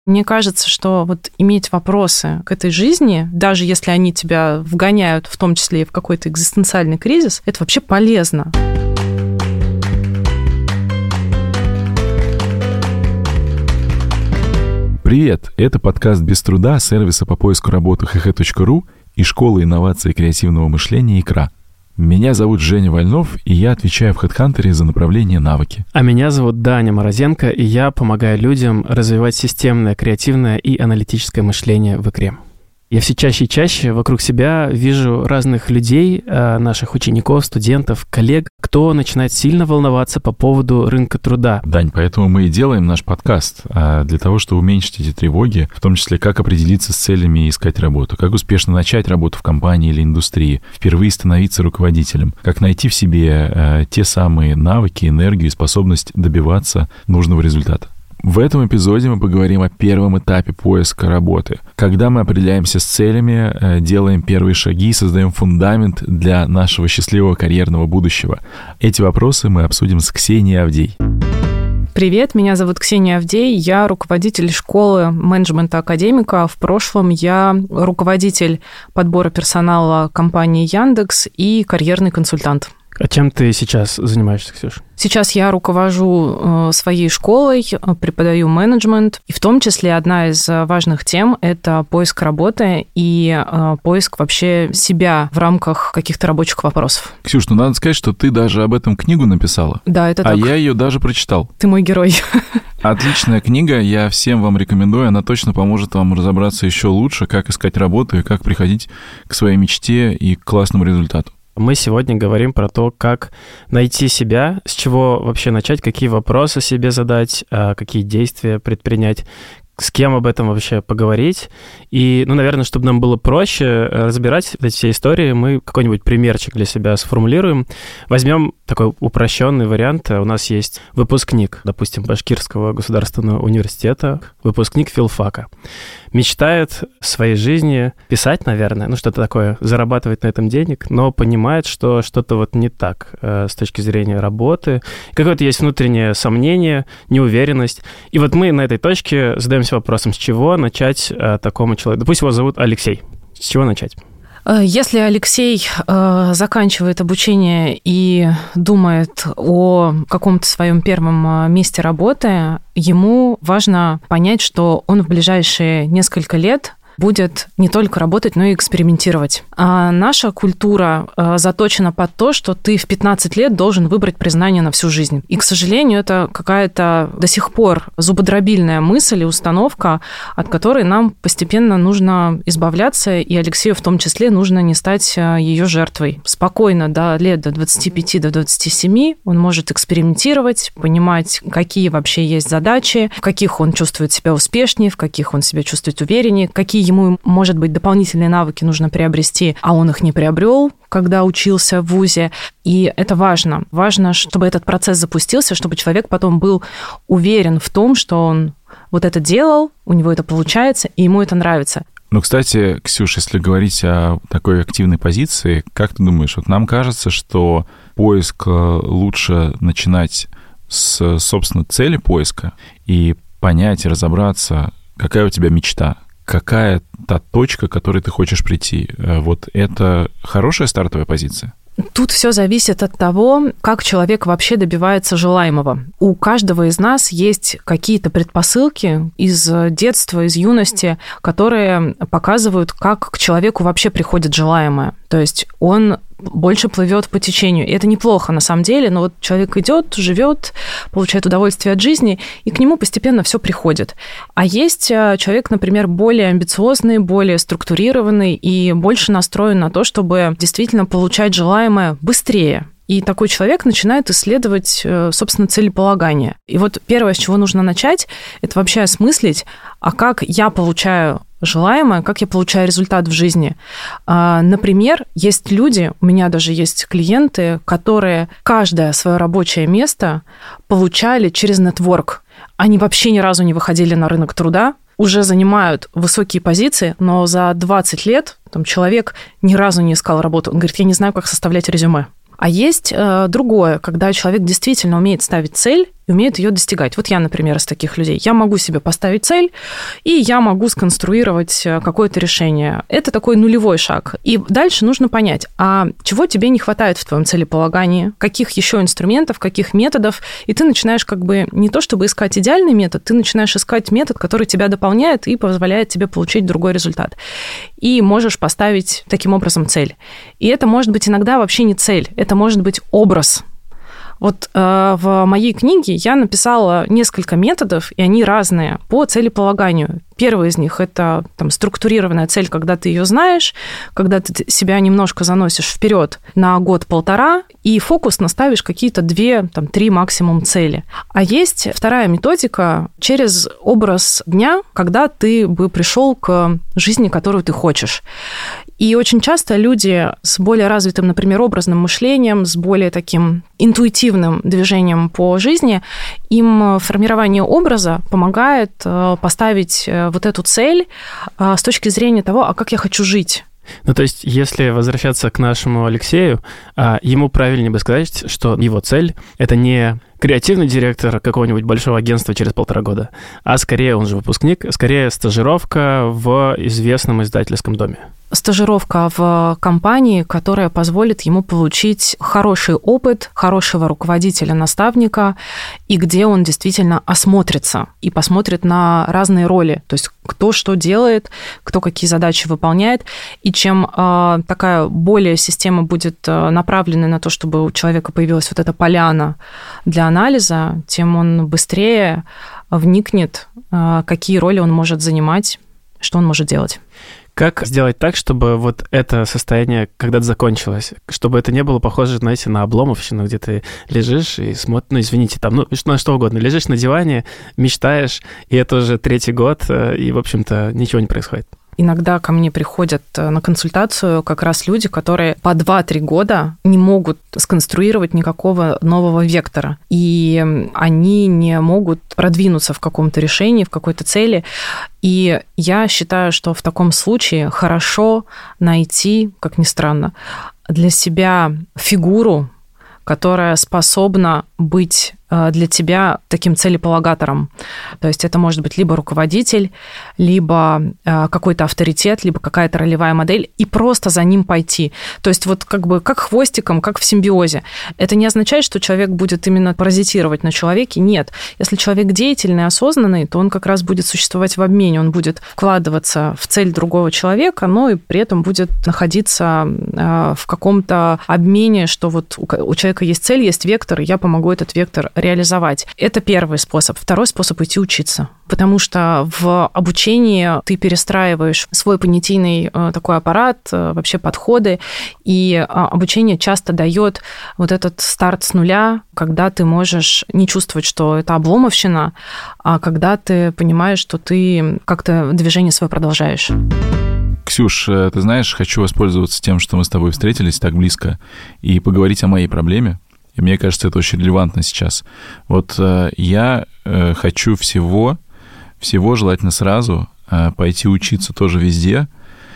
Мне кажется, что вот иметь вопросы к этой жизни, даже если они тебя вгоняют, в том числе и в какой-то экзистенциальный кризис, это вообще полезно. Привет! Это подкаст «Без труда» сервиса по поиску работы ХХ.ру и школы инноваций и креативного мышления «Икра». Меня зовут Женя Вольнов, и я отвечаю в HeadHunter за направление навыки. А меня зовут Даня Морозенко, и я помогаю людям развивать системное, креативное и аналитическое мышление в Икре. Я все чаще и чаще вокруг себя вижу разных людей, наших учеников, студентов, коллег, кто начинает сильно волноваться по поводу рынка труда. Дань, поэтому мы и делаем наш подкаст, для того, чтобы уменьшить эти тревоги, в том числе, как определиться с целями и искать работу, как успешно начать работу в компании или индустрии, впервые становиться руководителем, как найти в себе те самые навыки, энергию и способность добиваться нужного результата. В этом эпизоде мы поговорим о первом этапе поиска работы. Когда мы определяемся с целями, делаем первые шаги и создаем фундамент для нашего счастливого карьерного будущего. Эти вопросы мы обсудим с Ксенией Авдей. Привет, меня зовут Ксения Авдей, я руководитель школы менеджмента академика. В прошлом я руководитель подбора персонала компании Яндекс и карьерный консультант. А чем ты сейчас занимаешься, Ксюш? Сейчас я руковожу своей школой, преподаю менеджмент, и в том числе одна из важных тем – это поиск работы и поиск вообще себя в рамках каких-то рабочих вопросов. Ксюш, надо сказать, что ты даже об этом книгу написала. Да, это так. А я ее даже прочитал. Ты мой герой. Отличная книга, я всем вам рекомендую, она точно поможет вам разобраться еще лучше, как искать работу и как приходить к своей мечте и к классному результату. Мы сегодня говорим про то, как найти себя, с чего вообще начать, какие вопросы себе задать, какие действия предпринять, с кем об этом вообще поговорить. И, наверное, чтобы нам было проще разбирать эти все истории, мы какой-нибудь примерчик для себя сформулируем. Возьмем такой упрощенный вариант. У нас есть выпускник, допустим, Башкирского государственного университета, выпускник филфака. Мечтает в своей жизни писать, наверное, что-то такое, зарабатывать на этом денег, но понимает, что что-то вот не так с точки зрения работы. Какое-то есть внутреннее сомнение, неуверенность. И вот мы на этой точке задаемся вопросом, с чего начать такому человеку. Допустим, его зовут Алексей. С чего начать? Если Алексей заканчивает обучение и думает о каком-то своем первом месте работы, ему важно понять, что он в ближайшие несколько лет будет не только работать, но и экспериментировать. А наша культура заточена под то, что ты в 15 лет должен выбрать признание на всю жизнь. И, к сожалению, это какая-то до сих пор зубодробильная мысль и установка, от которой нам постепенно нужно избавляться, и Алексею в том числе нужно не стать ее жертвой. Спокойно до лет до 25, до 27 он может экспериментировать, понимать, какие вообще есть задачи, в каких он чувствует себя успешнее, в каких он себя чувствует увереннее, какие ему, может быть, дополнительные навыки нужно приобрести, а он их не приобрел, когда учился в вузе. И это важно. Важно, чтобы этот процесс запустился, чтобы человек потом был уверен в том, что он вот это делал, у него это получается, и ему это нравится. Кстати, Ксюш, если говорить о такой активной позиции, как ты думаешь, вот нам кажется, что поиск лучше начинать с, собственно, цели поиска и понять, разобраться, какая у тебя мечта, какая та точка, к которой ты хочешь прийти. Вот это хорошая стартовая позиция? Тут все зависит от того, как человек вообще добивается желаемого. У каждого из нас есть какие-то предпосылки из детства, из юности, которые показывают, как к человеку вообще приходит желаемое. То есть он больше плывет по течению. И это неплохо на самом деле, но вот человек идет, живет, получает удовольствие от жизни, и к нему постепенно все приходит. А есть человек, например, более амбициозный, более структурированный и больше настроен на то, чтобы действительно получать желаемое быстрее. И такой человек начинает исследовать, собственно, целеполагание. И вот первое, с чего нужно начать, это вообще осмыслить, а как я получаю желаемое, как я получаю результат в жизни. Например, есть люди, у меня даже есть клиенты, которые каждое свое рабочее место получали через нетворк. Они вообще ни разу не выходили на рынок труда, уже занимают высокие позиции, но за 20 лет человек ни разу не искал работу. Он говорит, я не знаю, как составлять резюме. А есть другое, когда человек действительно умеет ставить цель и умеют ее достигать. Вот я, например, из таких людей. Я могу себе поставить цель, и я могу сконструировать какое-то решение. Это такой нулевой шаг. И дальше нужно понять, а чего тебе не хватает в твоем целеполагании, каких еще инструментов, каких методов, и ты начинаешь как бы не то чтобы искать идеальный метод, ты начинаешь искать метод, который тебя дополняет и позволяет тебе получить другой результат. И можешь поставить таким образом цель. И это может быть иногда вообще не цель, это может быть образ. Вот в моей книге я написала несколько методов, и они разные по целеполаганию. Первый из них – это структурированная цель, когда ты ее знаешь, когда ты себя немножко заносишь вперед на год-полтора, и фокусно ставишь какие-то 2-3 максимум цели. А есть вторая методика через образ дня, когда ты бы пришел к жизни, которую ты хочешь. И очень часто люди с более развитым, например, образным мышлением, с более таким интуитивным движением по жизни, им формирование образа помогает поставить вот эту цель с точки зрения того, а как я хочу жить. Ну, то есть, если возвращаться к нашему Алексею, ему правильнее бы сказать, что его цель – это не креативный директор какого-нибудь большого агентства через 1,5 года, а скорее, он же выпускник, скорее стажировка в известном издательском доме. Стажировка в компании, которая позволит ему получить хороший опыт, хорошего руководителя, наставника, и где он действительно осмотрится и посмотрит на разные роли, то есть кто что делает, кто какие задачи выполняет, и чем такая более система будет направлена на то, чтобы у человека появилась вот эта поляна для анализа, тем он быстрее вникнет, какие роли он может занимать, что он может делать. Как сделать так, чтобы вот это состояние когда-то закончилось, чтобы это не было похоже, знаете, на обломовщину, где ты лежишь и смотришь, на что угодно, лежишь на диване, мечтаешь, и это уже 3-й год, и, в общем-то, ничего не происходит. Иногда ко мне приходят на консультацию как раз люди, которые по 2-3 года не могут сконструировать никакого нового вектора, и они не могут продвинуться в каком-то решении, в какой-то цели. И я считаю, что в таком случае хорошо найти, как ни странно, для себя фигуру, которая способна быть для тебя таким целеполагатором. То есть это может быть либо руководитель, либо какой-то авторитет, либо какая-то ролевая модель, и просто за ним пойти. То есть вот как хвостиком, как в симбиозе. Это не означает, что человек будет именно паразитировать на человеке. Нет. Если человек деятельный, осознанный, то он как раз будет существовать в обмене, он будет вкладываться в цель другого человека, но и при этом будет находиться в каком-то обмене, что вот у человека есть цель, есть вектор, и я помогу этот вектор реализовать. Это первый способ. Второй способ – идти учиться. Потому что в обучении ты перестраиваешь свой понятийный такой аппарат, вообще подходы, и обучение часто дает вот этот старт с нуля, когда ты можешь не чувствовать, что это обломовщина, а когда ты понимаешь, что ты как-то движение свое продолжаешь. Ксюш, ты знаешь, хочу воспользоваться тем, что мы с тобой встретились так близко, и поговорить о моей проблеме. И мне кажется, это очень релевантно сейчас. Вот я хочу всего желательно сразу пойти учиться тоже везде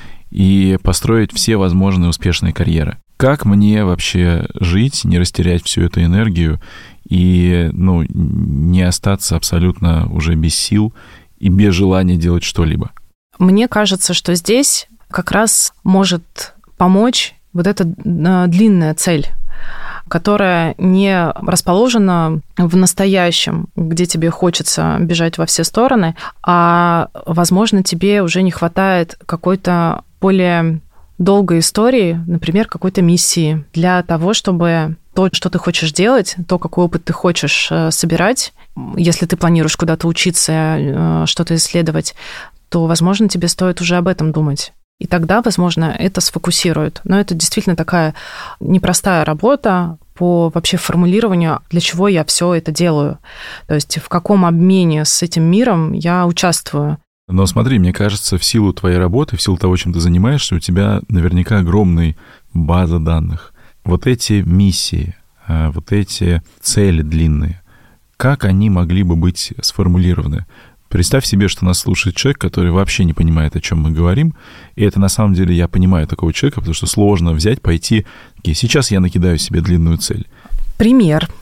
и построить все возможные успешные карьеры. Как мне вообще жить, не растерять всю эту энергию и не остаться абсолютно уже без сил и без желания делать что-либо? Мне кажется, что здесь как раз может помочь вот эта длинная цель, которая не расположена в настоящем, где тебе хочется бежать во все стороны, а, возможно, тебе уже не хватает какой-то более долгой истории, например, какой-то миссии для того, чтобы то, что ты хочешь делать, то, какой опыт ты хочешь собирать, если ты планируешь куда-то учиться, что-то исследовать, то, возможно, тебе стоит уже об этом думать. И тогда, возможно, это сфокусирует. Но это действительно такая непростая работа по вообще формулированию, для чего я все это делаю. То есть в каком обмене с этим миром я участвую. Но смотри, мне кажется, в силу твоей работы, в силу того, чем ты занимаешься, у тебя наверняка огромная база данных. Вот эти миссии, вот эти цели длинные, как они могли бы быть сформулированы? Представь себе, что нас слушает человек, который вообще не понимает, о чем мы говорим, и это на самом деле я понимаю такого человека, потому что сложно взять, пойти, сейчас я накидаю себе длинную цель. Пример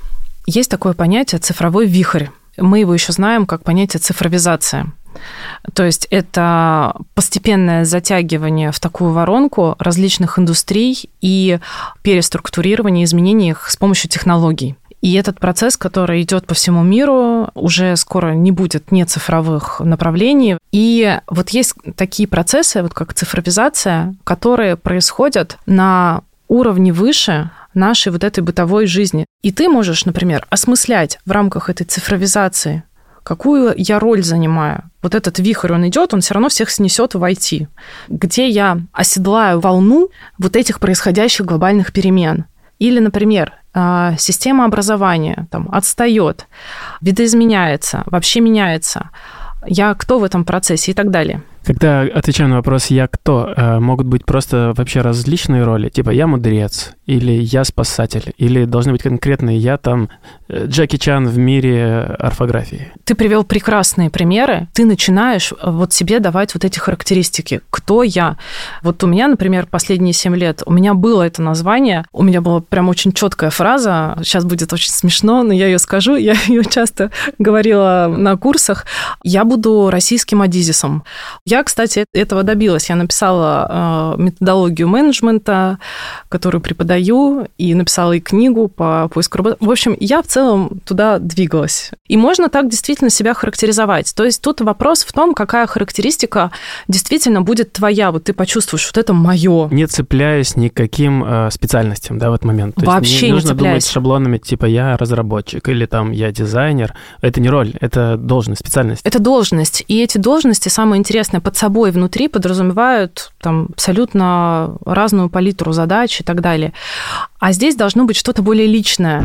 Есть такое понятие «цифровой вихрь». Мы его еще знаем как понятие «цифровизация». То есть это постепенное затягивание в такую воронку различных индустрий и переструктурирование, изменение их с помощью технологий. И этот процесс, который идет по всему миру, уже скоро не будет нецифровых направлений. И вот есть такие процессы, вот как цифровизация, которые происходят на уровне выше нашей вот этой бытовой жизни. И ты можешь, например, осмыслять в рамках этой цифровизации, какую я роль занимаю. Вот этот вихрь, он идет, он все равно всех снесет в IT, где я оседлаю волну вот этих происходящих глобальных перемен. Или, например, система образования там отстает, видоизменяется, вообще меняется. Я кто в этом процессе и так далее. Когда отвечаем на вопрос «я кто?», могут быть просто вообще различные роли, типа «я мудрец», или «я спасатель», или должны быть конкретные «я там Джеки Чан в мире орфографии». Ты привел прекрасные примеры, ты начинаешь вот себе давать вот эти характеристики. Кто я? Вот у меня, например, последние 7 лет, у меня было это название, у меня была прям очень четкая фраза, сейчас будет очень смешно, но я ее скажу, я ее часто говорила на курсах, я буду российским Адизисом. Я, кстати, этого добилась. Я написала методологию менеджмента, которую преподаю, и написала и книгу по поиску работы. В общем, я в целом туда двигалась. И можно так действительно себя характеризовать. То есть тут вопрос в том, какая характеристика действительно будет твоя. Вот ты почувствуешь, вот это мое. Не цепляясь ни к каким специальностям, да, в этот момент. То вообще есть не нужно цепляясь. думать шаблонами, типа я разработчик или там я дизайнер. Это не роль, это должность, специальность. Это должность. И эти должности, самое интересное, под собой внутри подразумевают там абсолютно разную палитру задач и так далее. А здесь должно быть что-то более личное.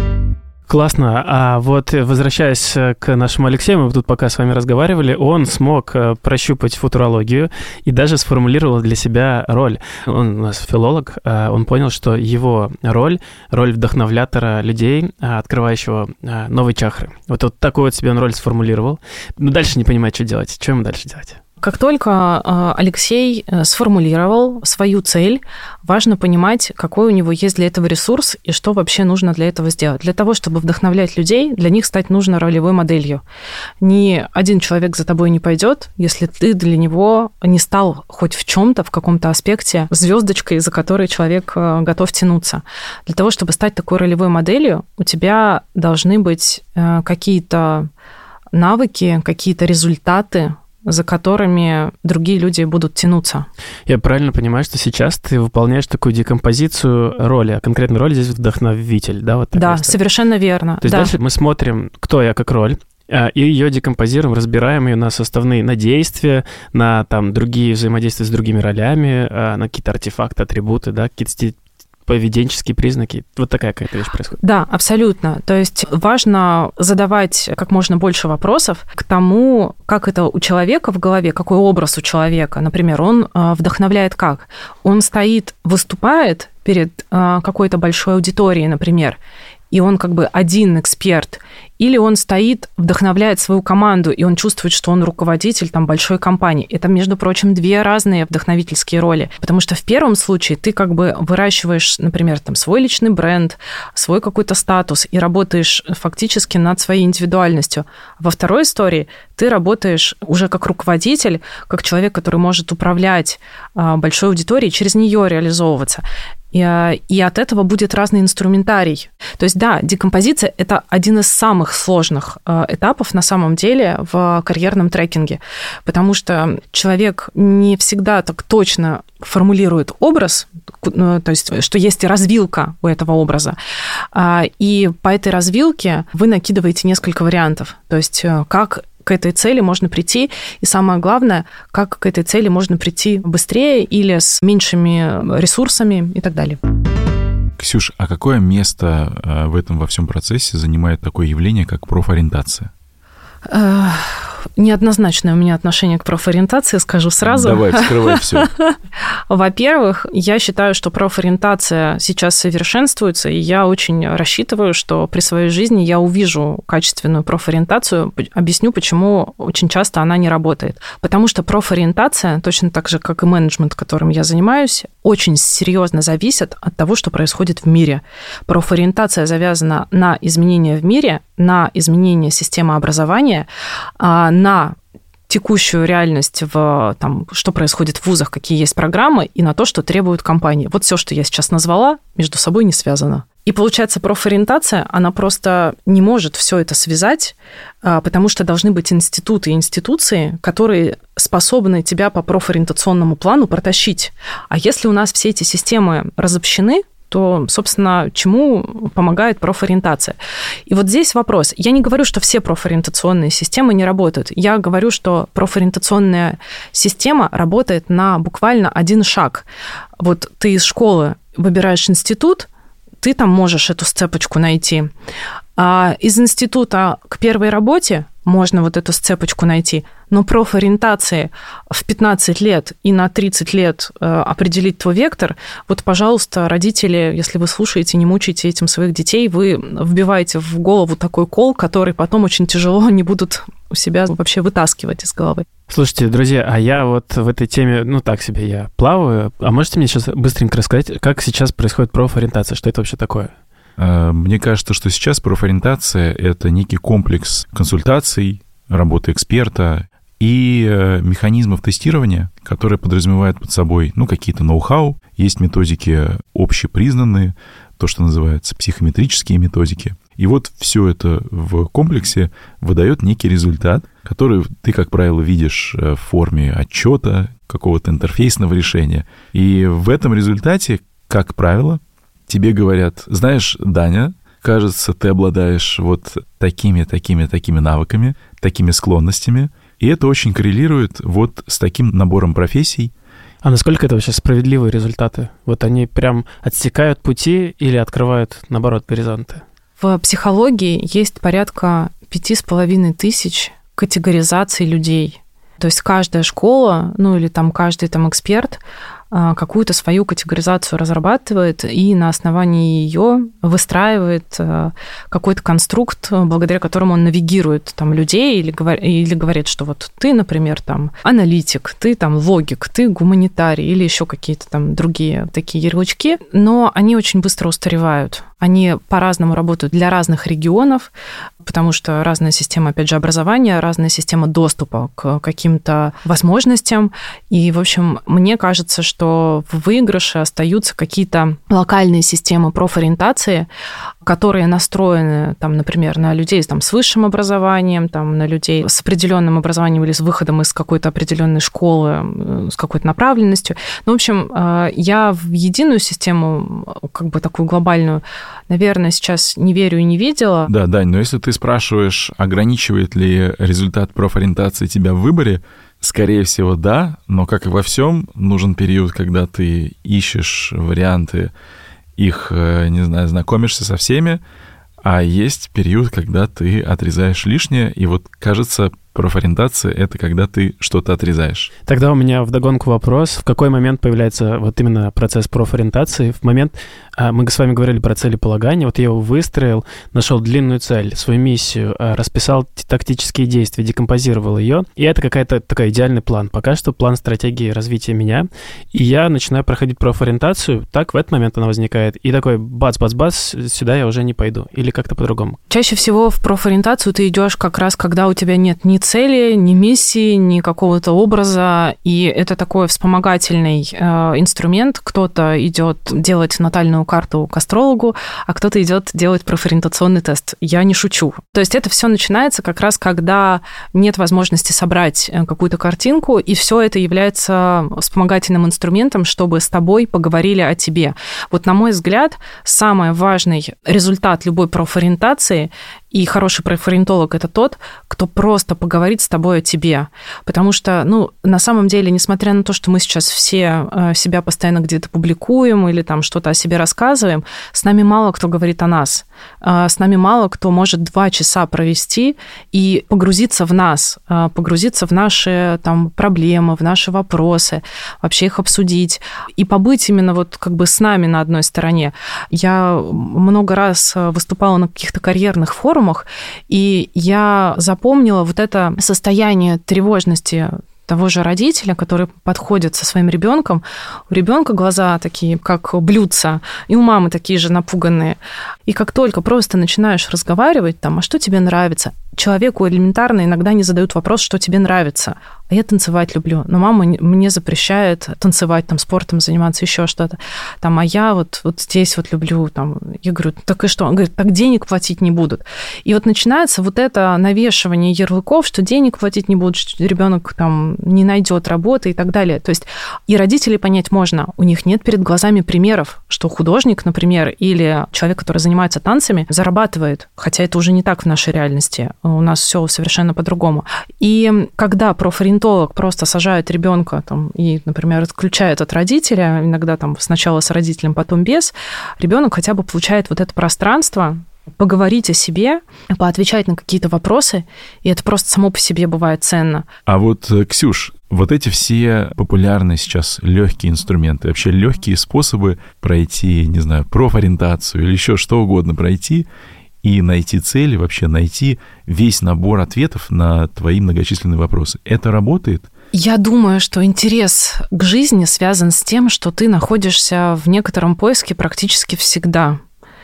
Классно. А вот возвращаясь к нашему Алексею, мы тут пока с вами разговаривали, он смог прощупать футурологию и даже сформулировал для себя роль. Он у нас филолог, он понял, что его роль вдохновлятора людей, открывающего новые чакры. Вот такую вот себе он роль сформулировал. Но дальше не понимает, что делать. Что ему дальше делать? Как только Алексей сформулировал свою цель, важно понимать, какой у него есть для этого ресурс и что вообще нужно для этого сделать. Для того, чтобы вдохновлять людей, для них стать нужно ролевой моделью. Ни один человек за тобой не пойдет, если ты для него не стал хоть в чем-то, в каком-то аспекте звездочкой, за которой человек готов тянуться. Для того, чтобы стать такой ролевой моделью, у тебя должны быть какие-то навыки, какие-то результаты, за которыми другие люди будут тянуться. Я правильно понимаю, что сейчас ты выполняешь такую декомпозицию роли, а конкретная роль здесь вдохновитель, да? Вот да, история. Совершенно верно. То есть дальше мы смотрим, кто я как роль, и ее декомпозируем, разбираем ее на составные, на действия, на там другие взаимодействия с другими ролями, на какие-то артефакты, атрибуты, да, какие-то поведенческие признаки. Вот такая какая-то вещь происходит. Да, абсолютно. То есть важно задавать как можно больше вопросов к тому, как это у человека в голове, какой образ у человека. Например, он вдохновляет как? Он стоит, выступает перед какой-то большой аудиторией, например, и он как бы один эксперт, или он стоит, вдохновляет свою команду, и он чувствует, что он руководитель там большой компании. Это, между прочим, 2 разные вдохновительские роли, потому что в первом случае ты как бы выращиваешь, например, там свой личный бренд, свой какой-то статус и работаешь фактически над своей индивидуальностью. Во второй истории ты работаешь уже как руководитель, как человек, который может управлять большой аудиторией, через нее реализовываться. И от этого будет разный инструментарий. То есть, да, декомпозиция – это один из самых сложных этапов на самом деле в карьерном трекинге, потому что человек не всегда так точно формулирует образ, то есть, что есть и развилка у этого образа, и по этой развилке вы накидываете несколько вариантов, то есть, как к этой цели можно прийти, и самое главное, как к этой цели можно прийти быстрее или с меньшими ресурсами и так далее. Ксюш, а какое место в этом во всем процессе занимает такое явление, как профориентация? неоднозначное у меня отношение к профориентации, скажу сразу. Давай, вскрывай все. Во-первых, я считаю, что профориентация сейчас совершенствуется, и я очень рассчитываю, что при своей жизни я увижу качественную профориентацию. Объясню, почему очень часто она не работает. Потому что профориентация, точно так же, как и менеджмент, которым я занимаюсь, очень серьезно зависит от того, что происходит в мире. Профориентация завязана на изменения в мире, на изменение системы образования, на текущую реальность, что происходит в вузах, какие есть программы, и на то, что требуют компании. Вот все, что я сейчас назвала, между собой не связано. И получается, профориентация, она просто не может все это связать, потому что должны быть институты и институции, которые способны тебя по профориентационному плану протащить. А если у нас все эти системы разобщены, то, собственно, чему помогает профориентация? И вот здесь вопрос. Я не говорю, что все профориентационные системы не работают. Я говорю, что профориентационная система работает на буквально один шаг. Вот ты из школы выбираешь институт, ты там можешь эту сцепочку найти. А из института к первой работе можно вот эту сцепочку найти, но профориентации в 15 лет и на 30 лет определить твой вектор, вот, пожалуйста, родители, если вы слушаете, не мучайте этим своих детей, вы вбиваете в голову такой кол, который потом очень тяжело они будут у себя вообще вытаскивать из головы. Слушайте, друзья, а я вот в этой теме, так себе я плаваю. А можете мне сейчас быстренько рассказать, как сейчас происходит профориентация? Что это вообще такое? Мне кажется, что сейчас профориентация — это некий комплекс консультаций, работы эксперта и механизмов тестирования, которые подразумевают под собой, какие-то ноу-хау. Есть методики общепризнанные, то, что называется психометрические методики. И вот все это в комплексе выдает некий результат, который ты, как правило, видишь в форме отчета, какого-то интерфейсного решения. И в этом результате, как правило, тебе говорят: знаешь, Даня, кажется, ты обладаешь вот такими навыками, такими склонностями, и это очень коррелирует вот с таким набором профессий. А насколько это вообще справедливые результаты? Вот они прям отсекают пути или открывают, наоборот, горизонты? В психологии есть порядка 5500 категоризаций людей. То есть каждая школа, или там каждый эксперт какую-то свою категоризацию разрабатывает и на основании ее выстраивает какой-то конструкт, благодаря которому он навигирует людей или говорит, что вот ты, например, аналитик, ты логик, ты гуманитарий или еще какие-то другие такие ярлычки, но они очень быстро устаревают. Они по-разному работают для разных регионов, потому что разная система, опять же, образования, разная система доступа к каким-то возможностям. И, в общем, мне кажется, что в выигрыше остаются какие-то локальные системы профориентации, которые настроены, например, на людей с высшим образованием, на людей с определенным образованием или с выходом из какой-то определенной школы, с какой-то направленностью. В общем, я в единую систему, такую глобальную, наверное, сейчас не верю и не видела. Да, Дань, но если ты спрашиваешь, ограничивает ли результат профориентации тебя в выборе, скорее всего, да, но, как и во всем, нужен период, когда ты ищешь варианты, их, знакомишься со всеми, а есть период, когда ты отрезаешь лишнее, и вот, кажется, профориентация — это когда ты что-то отрезаешь. Тогда у меня вдогонку вопрос. В какой момент появляется вот именно процесс профориентации? В момент, мы с вами говорили про целеполагание, вот я его выстроил, нашел длинную цель, свою миссию, расписал тактические действия, декомпозировал ее, и это какая-то такой идеальный план. Пока что план стратегии развития меня, и я начинаю проходить профориентацию, так в этот момент она возникает, и такой бац-бац-бац, сюда я уже не пойду, или как-то по-другому. Чаще всего в профориентацию ты идешь как раз, когда у тебя нет ни цели, ни миссии, ни какого-то образа, и это такой вспомогательный инструмент. Кто-то идет делать натальную карту к астрологу, а кто-то идет делать профориентационный тест. Я не шучу. То есть это все начинается как раз, когда нет возможности собрать какую-то картинку, и все это является вспомогательным инструментом, чтобы с тобой поговорили о тебе. Вот, на мой взгляд, самый важный результат любой профориентации – И хороший профориентолог – это тот, кто просто поговорит с тобой о тебе. Потому что, на самом деле, несмотря на то, что мы сейчас все себя постоянно где-то публикуем или там что-то о себе рассказываем, с нами мало кто говорит о нас. С нами мало кто может 2 часа провести и погрузиться в нас, погрузиться в наши там проблемы, в наши вопросы, вообще их обсудить и побыть именно вот как бы с нами на одной стороне. Я много раз выступала на каких-то карьерных форумах, и я запомнила вот это состояние тревожности того же родителя, который подходит со своим ребенком. У ребенка глаза такие, как блюдца, и у мамы такие же напуганные. И как только просто начинаешь разговаривать, там, а что тебе нравится? Человеку элементарно иногда не задают вопрос, что тебе нравится. А я танцевать люблю, но мама мне запрещает танцевать, там, спортом заниматься, еще что-то. Там, а я вот здесь вот люблю. Там. Я говорю, так и что? Он говорит, так денег платить не будут. И вот начинается вот это навешивание ярлыков, что денег платить не будут, что ребенок там не найдет работы и так далее. То есть и родителей понять можно. У них нет перед глазами примеров, что художник, например, или человек, который занимается танцами, зарабатывает. Хотя это уже не так в нашей реальности. У нас все совершенно по-другому. И когда профориентолог просто сажает ребенка там, и, например, отключает от родителя, иногда там сначала с родителем, потом без, ребенок хотя бы получает вот это пространство, поговорить о себе, поотвечать на какие-то вопросы, и это просто само по себе бывает ценно. А вот, Ксюш, вот эти все популярные сейчас легкие инструменты, вообще легкие способы пройти, не знаю, профориентацию или еще что угодно пройти и найти цели, вообще найти весь набор ответов на твои многочисленные вопросы. Это работает? Я думаю, что интерес к жизни связан с тем, что ты находишься в некотором поиске практически всегда.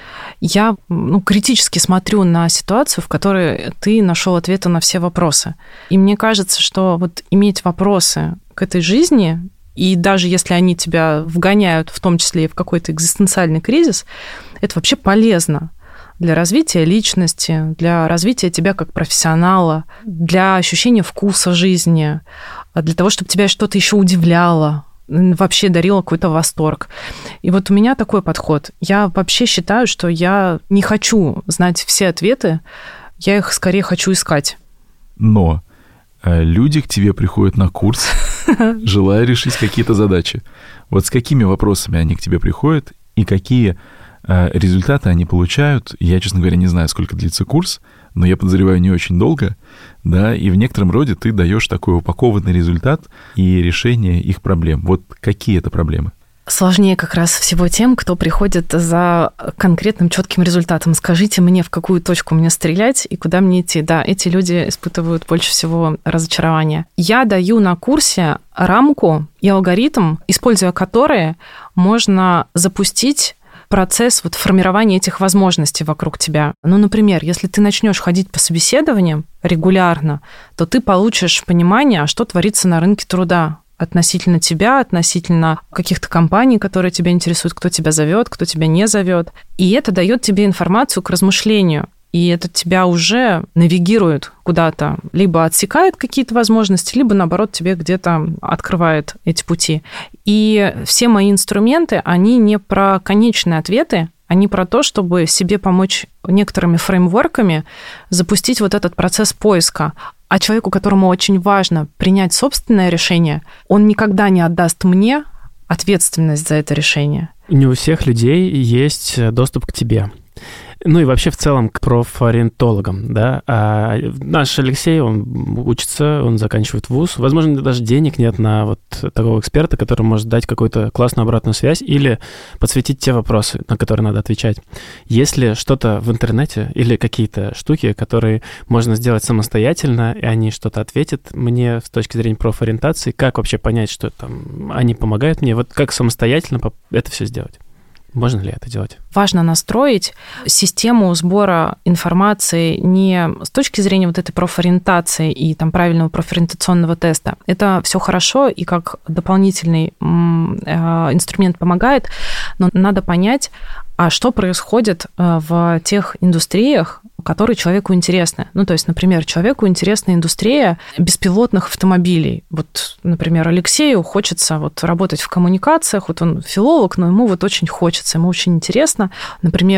Я критически смотрю на ситуацию, в которой ты нашел ответы на все вопросы. И мне кажется, что вот иметь вопросы к этой жизни, и даже если они тебя вгоняют, в том числе и в какой-то экзистенциальный кризис, это вообще полезно для развития личности, для развития тебя как профессионала, для ощущения вкуса жизни, для того, чтобы тебя что-то еще удивляло, вообще дарила какой-то восторг. И вот у меня такой подход. Я вообще считаю, что я не хочу знать все ответы, я их скорее хочу искать. Но люди к тебе приходят на курс, желая решить какие-то задачи. Вот с какими вопросами они к тебе приходят и какие результаты они получают? Я, честно говоря, не знаю, сколько длится курс, но я подозреваю, не очень долго, да, и в некотором роде ты даешь такой упакованный результат и решение их проблем. Вот какие это проблемы? Сложнее как раз всего тем, кто приходит за конкретным четким результатом. Скажите мне, в какую точку мне стрелять и куда мне идти. Да, эти люди испытывают больше всего разочарования. Я даю на курсе рамку и алгоритм, используя которые можно запустить процесс вот формирования этих возможностей вокруг тебя. Например, если ты начнешь ходить по собеседованиям регулярно, то ты получишь понимание, а что творится на рынке труда относительно тебя, относительно каких-то компаний, которые тебя интересуют, кто тебя зовет, кто тебя не зовет. И это дает тебе информацию к размышлению. И это тебя уже навигирует куда-то, либо отсекает какие-то возможности, либо, наоборот, тебе где-то открывает эти пути. И все мои инструменты, они не про конечные ответы, они про то, чтобы себе помочь некоторыми фреймворками запустить вот этот процесс поиска. А человеку, которому очень важно принять собственное решение, он никогда не отдаст мне ответственность за это решение. Не у всех людей есть доступ к тебе. Ну и вообще в целом к профориентологам, да. А наш Алексей, он учится, он заканчивает вуз. Возможно, даже денег нет на вот такого эксперта, который может дать какую-то классную обратную связь или подсветить те вопросы, на которые надо отвечать. Есть ли что-то в интернете или какие-то штуки, которые можно сделать самостоятельно, и они что-то ответят мне с точки зрения профориентации? Как вообще понять, что там они помогают мне? Вот как самостоятельно это все сделать? Можно ли это делать? Важно настроить систему сбора информации не с точки зрения вот этой профориентации и там правильного профориентационного теста. Это все хорошо и как дополнительный инструмент помогает, но надо понять, а что происходит в тех индустриях, которые человеку интересны. То есть, например, человеку интересна индустрия беспилотных автомобилей. Вот, например, Алексею хочется вот работать в коммуникациях, вот он филолог, но ему вот очень хочется, ему очень интересно, например,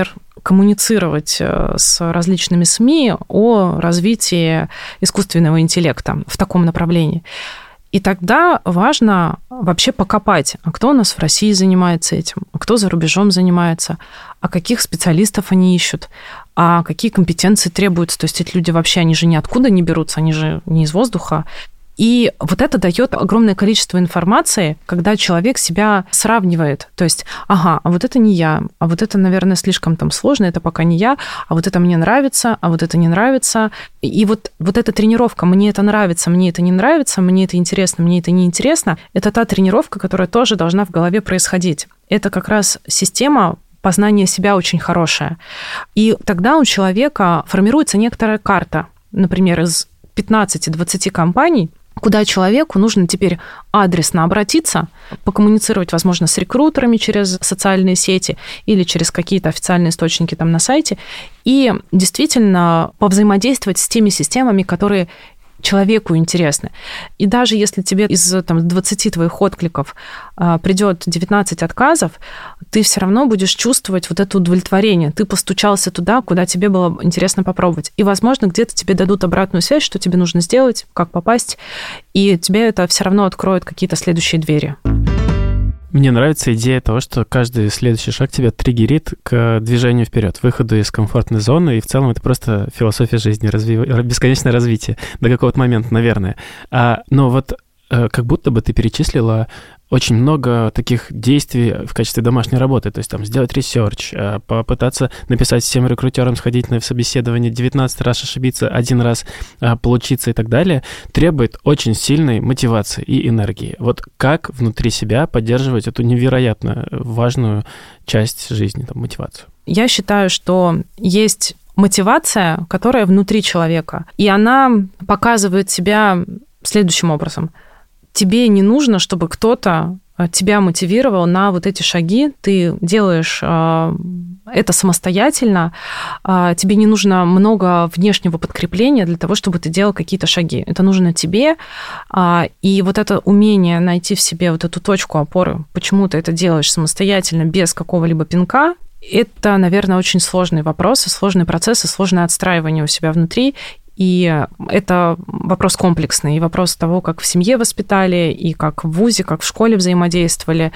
коммуницировать с различными СМИ о развитии искусственного интеллекта в таком направлении. И тогда важно вообще покопать, а кто у нас в России занимается этим, а кто за рубежом занимается, а каких специалистов они ищут, а какие компетенции требуются. То есть эти люди вообще, они же ниоткуда не берутся, они же не из воздуха. И вот это дает огромное количество информации, когда человек себя сравнивает. То есть, ага, а вот это не я, а вот это, наверное, слишком там сложно, это пока не я, а вот это мне нравится, а вот это не нравится. И вот эта тренировка «мне это нравится, мне это не нравится, мне это интересно, мне это не интересно» — это та тренировка, которая тоже должна в голове происходить. Это как раз система познания себя очень хорошая. И тогда у человека формируется некоторая карта, например, из 15-20 компаний, куда человеку нужно теперь адресно обратиться, покоммуницировать, возможно, с рекрутерами через социальные сети или через какие-то официальные источники там на сайте, и действительно повзаимодействовать с теми системами, которые человеку интересны. И даже если тебе из 20 твоих откликов придет 19 отказов, ты все равно будешь чувствовать вот это удовлетворение. Ты постучался туда, куда тебе было интересно попробовать. И, возможно, где-то тебе дадут обратную связь, что тебе нужно сделать, как попасть, и тебе это все равно откроет какие-то следующие двери. Мне нравится идея того, что каждый следующий шаг тебя триггерит к движению вперед, выходу из комфортной зоны, и в целом это просто философия жизни, бесконечное развитие до какого-то момента, наверное. Но вот как будто бы ты перечислила очень много таких действий в качестве домашней работы, то есть там сделать ресерч, попытаться написать всем рекрутерам, сходить на собеседование, 19 раз ошибиться, 1 раз получиться и так далее, требует очень сильной мотивации и энергии. Вот как внутри себя поддерживать эту невероятно важную часть жизни, там, мотивацию? Я считаю, что есть мотивация, которая внутри человека, и она показывает себя следующим образом. Тебе не нужно, чтобы кто-то тебя мотивировал на вот эти шаги, ты делаешь это самостоятельно, тебе не нужно много внешнего подкрепления для того, чтобы ты делал какие-то шаги. Это нужно тебе, и вот это умение найти в себе вот эту точку опоры, почему ты это делаешь самостоятельно, без какого-либо пинка, это, наверное, очень сложный вопрос, и сложный процесс, и сложное отстраивание у себя внутри. И это вопрос комплексный, и вопрос того, как в семье воспитали, и как в вузе, как в школе взаимодействовали,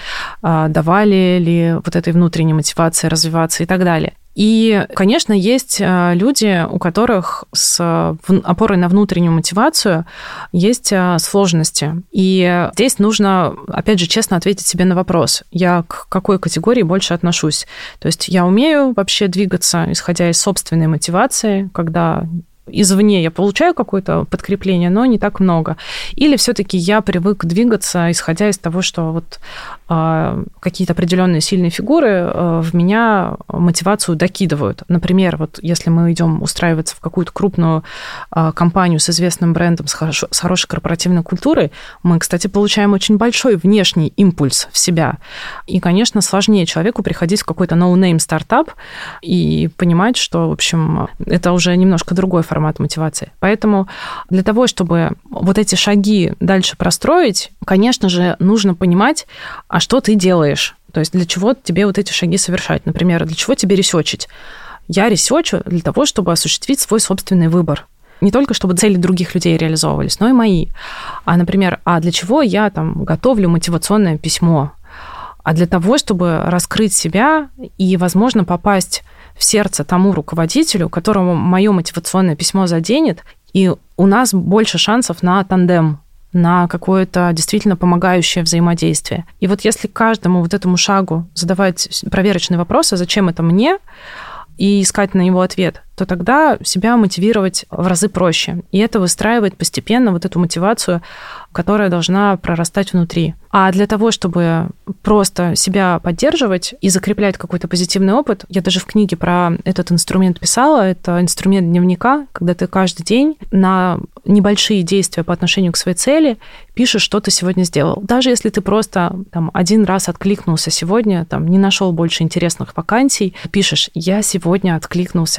давали ли вот этой внутренней мотивации развиваться и так далее. И, конечно, есть люди, у которых с опорой на внутреннюю мотивацию есть сложности. И здесь нужно, опять же, честно ответить себе на вопрос, я к какой категории больше отношусь. То есть я умею вообще двигаться, исходя из собственной мотивации, когда извне я получаю какое-то подкрепление, но не так много. Или все-таки я привык двигаться, исходя из того, что вот какие-то определенные сильные фигуры в меня мотивацию докидывают. Например, вот если мы идем устраиваться в какую-то крупную компанию с известным брендом, с хорошей корпоративной культурой, мы, кстати, получаем очень большой внешний импульс в себя. И, конечно, сложнее человеку приходить в какой-то no-name стартап и понимать, что, в общем, это уже немножко другой формат мотивации. Поэтому для того, чтобы вот эти шаги дальше простроить, конечно же, нужно понимать, а что ты делаешь. То есть для чего тебе вот эти шаги совершать. Например, для чего тебе ресерчить? Я ресерчу для того, чтобы осуществить свой собственный выбор. Не только чтобы цели других людей реализовывались, но и мои. А, например, для чего я там готовлю мотивационное письмо? А для того, чтобы раскрыть себя и, возможно, попасть в сердце тому руководителю, которому мое мотивационное письмо заденет, и у нас больше шансов на тандем, на какое-то действительно помогающее взаимодействие. И вот если каждому вот этому шагу задавать проверочные вопросы, зачем это мне, и искать на него ответ, то тогда себя мотивировать в разы проще. И это выстраивает постепенно вот эту мотивацию, которая должна прорастать внутри. А для того, чтобы просто себя поддерживать и закреплять какой-то позитивный опыт, я даже в книге про этот инструмент писала, это инструмент дневника, когда ты каждый день на небольшие действия по отношению к своей цели пишешь, что ты сегодня сделал. Даже если ты просто там 1 раз откликнулся сегодня, там не нашел больше интересных вакансий, пишешь, я сегодня откликнулся вот на эту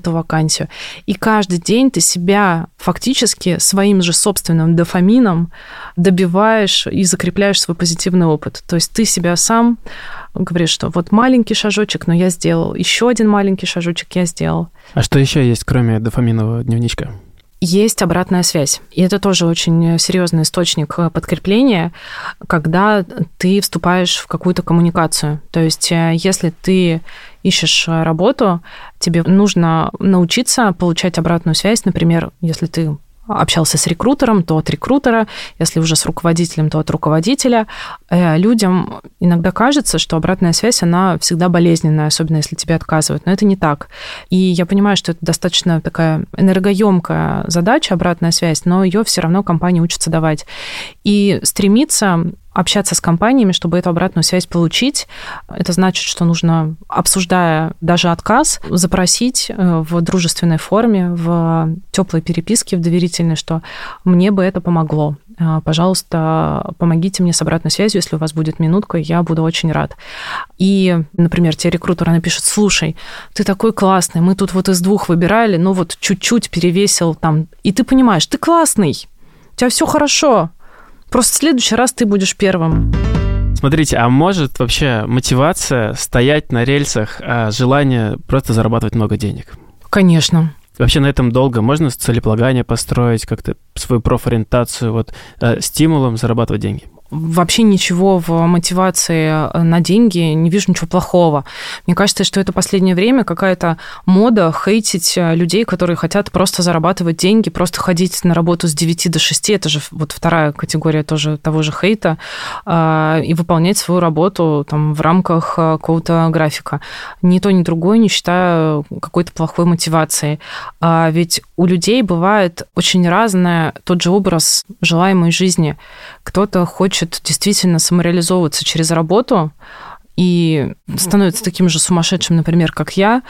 эту вакансию. И каждый день ты себя фактически своим же собственным дофамином добиваешь и закрепляешь свой позитивный опыт. То есть ты себя сам говоришь, что вот маленький шажочек, но я сделал, еще один маленький шажочек я сделал. А что еще есть, кроме дофаминового дневничка? Есть обратная связь. И это тоже очень серьезный источник подкрепления, когда ты вступаешь в какую-то коммуникацию. То есть если ты ищешь работу, тебе нужно научиться получать обратную связь. Например, если ты общался с рекрутером, то от рекрутера, если уже с руководителем, то от руководителя. Людям иногда кажется, что обратная связь, она всегда болезненная, особенно если тебе отказывают, но это не так. И я понимаю, что это достаточно такая энергоемкая задача, обратная связь, но ее все равно компания учится давать. И стремиться общаться с компаниями, чтобы эту обратную связь получить. Это значит, что нужно, обсуждая даже отказ, запросить в дружественной форме, в теплой переписке, в доверительной, что мне бы это помогло. Пожалуйста, помогите мне с обратной связью, если у вас будет минутка, я буду очень рад. И, например, тебе рекрутер напишет: слушай, ты такой классный, мы тут вот из 2 выбирали, но вот чуть-чуть перевесил там. И ты понимаешь, ты классный, у тебя все хорошо. Просто в следующий раз ты будешь первым. Смотрите, а может вообще мотивация стоять на рельсах, а желание просто зарабатывать много денег? Конечно. Вообще на этом долго можно целеполагание построить, как-то свою профориентацию, вот стимулом зарабатывать деньги? Вообще ничего в мотивации на деньги, не вижу ничего плохого. Мне кажется, что это последнее время какая-то мода хейтить людей, которые хотят просто зарабатывать деньги, просто ходить на работу с 9 до 6. Это же вот вторая категория тоже того же хейта. И выполнять свою работу там, в рамках какого-то графика. Ни то, ни другое не считаю какой-то плохой мотивацией. Ведь у людей бывает очень разный тот же образ желаемой жизни. Кто-то хочет действительно самореализовываться через работу и становится таким же сумасшедшим, например, как я,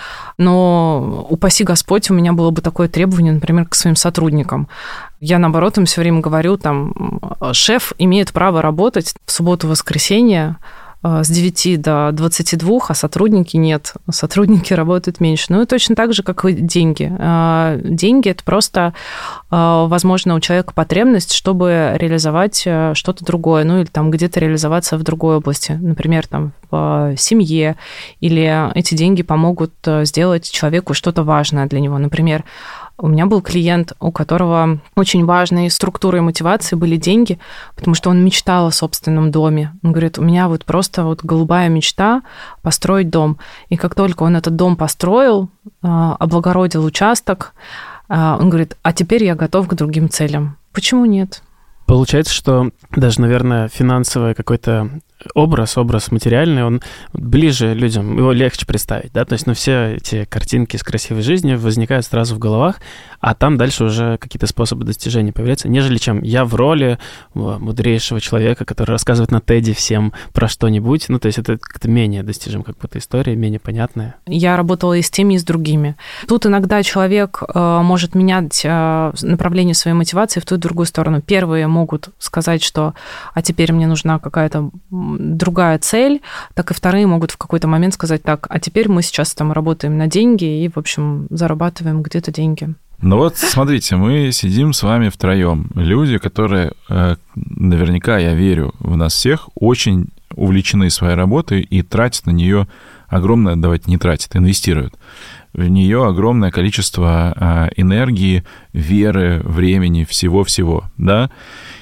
но, упаси Господь, у меня было бы такое требование, например, к своим сотрудникам. Я, наоборот, им все время говорю, там, шеф имеет право работать в субботу-воскресенье с 9 до 22, а сотрудники нет. Сотрудники работают меньше. Ну и точно так же, как и деньги. Деньги – это просто, возможно, у человека потребность, чтобы реализовать что-то другое, ну или там где-то реализоваться в другой области, например, там в семье, или эти деньги помогут сделать человеку что-то важное для него. Например, у меня был клиент, у которого очень важной структурой мотивации были деньги, потому что он мечтал о собственном доме. Он говорит, у меня вот просто вот голубая мечта построить дом. И как только он этот дом построил, облагородил участок, он говорит, а теперь я готов к другим целям. Почему нет? Получается, что даже, наверное, финансовый какой-то образ материальный, он ближе людям, его легче представить, да, то есть, все эти картинки с красивой жизнью возникают сразу в головах, а там дальше уже какие-то способы достижения появляются, нежели чем я в роли мудрейшего человека, который рассказывает на TED всем про что-нибудь, то есть это как-то менее достижим, как будто история, менее понятная. Я работала и с теми, и с другими. Тут иногда человек может менять направление своей мотивации в ту и другую сторону. Первые могут сказать, что а теперь мне нужна какая-то другая цель, так и вторые могут в какой-то момент сказать так, а теперь мы сейчас там работаем на деньги и, в общем, зарабатываем где-то деньги. Ну вот, смотрите, мы сидим с вами втроем. Люди, которые, наверняка, я верю, в нас всех, очень увлечены своей работой и тратят на нее огромное, давайте не тратят, инвестируют в нее огромное количество энергии, веры, времени, всего-всего, да?